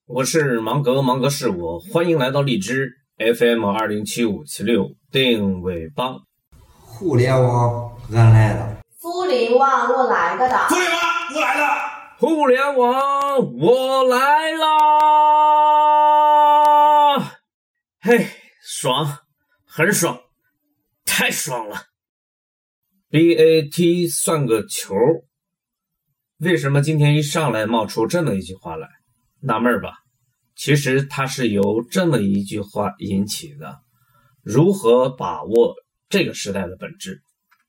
我是芒格，芒格是我，欢迎来到荔枝 FM207576定位帮。 互联网俺来了， 互联网我来个的， 互联网我来了， 互联网我来啦！嘿，爽，很爽，太爽了。BAT 算个球，为什么今天一上来冒出这么一句话来？纳闷吧？其实它是由这么一句话引起的。如何把握这个时代的本质？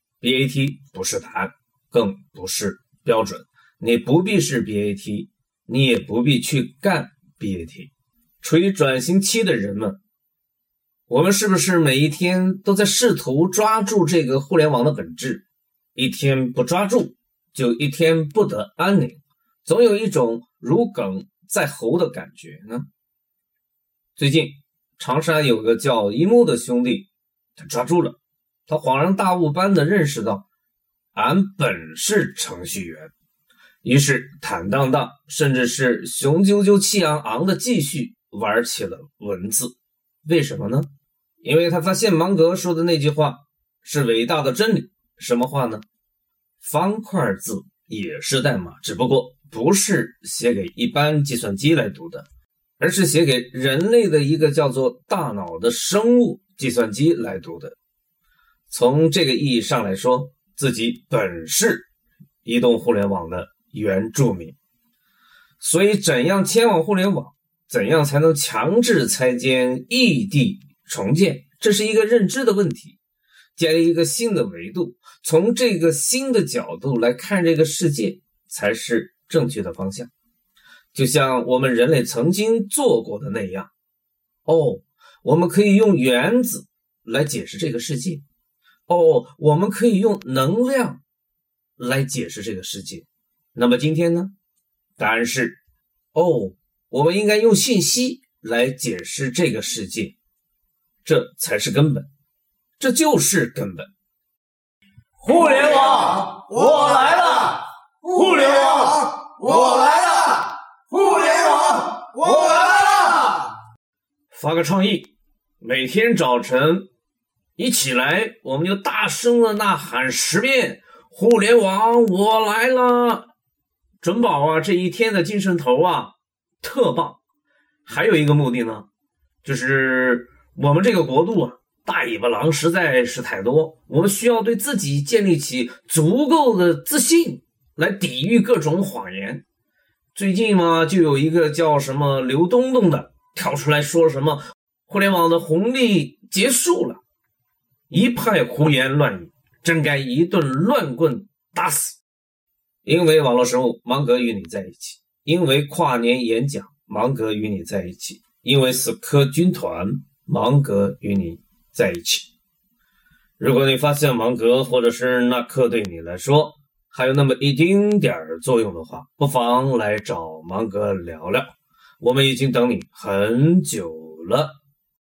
BAT 不是答案，更不是标准。你不必是 BAT， 你也不必去干 BAT。 处于转型期的人们，我们是不是每一天都在试图抓住这个互联网的本质？一天不抓住，就一天不得安宁，总有一种如鲠在喉的感觉呢。最近长沙有个叫一木的兄弟，他抓住了，他恍然大悟般的认识到，俺本是程序员，于是坦荡荡，甚至是雄赳赳气昂昂的继续玩起了文字。为什么呢？因为他发现芒格说的那句话是伟大的真理。什么话呢？方块字也是代码，只不过不是写给一般计算机来读的，而是写给人类的一个叫做大脑的生物计算机来读的。从这个意义上来说，自己本是移动互联网的原住民。所以怎样迁往互联网，怎样才能强制拆迁异地重建，这是一个认知的问题。建立一个新的维度，从这个新的角度来看这个世界，才是正确的方向。就像我们人类曾经做过的那样，我们可以用原子来解释这个世界，我们可以用能量来解释这个世界。那么今天呢？答案是，我们应该用信息来解释这个世界，这才是根本，这就是根本。 互联网我来了，互联网我来了，互联网我来了。 发个创意，每天早晨一起来，我们就大声的呐喊10遍，互联网我来了。准保啊，这一天的精神头啊特棒。还有一个目的呢，就是我们这个国度啊，大尾巴狼实在是太多，我们需要对自己建立起足够的自信，来抵御各种谎言。最近嘛，就有一个叫什么刘东东的跳出来说什么互联网的红利结束了，一派胡言乱语，真该一顿乱棍打死。因为网络生物，芒格与你在一起；因为跨年演讲，芒格与你在一起；因为死磕军团，芒格与你在一起。如果你发现芒格或者是那课对你来说还有那么一丁点作用的话，不妨来找芒格聊聊，我们已经等你很久了。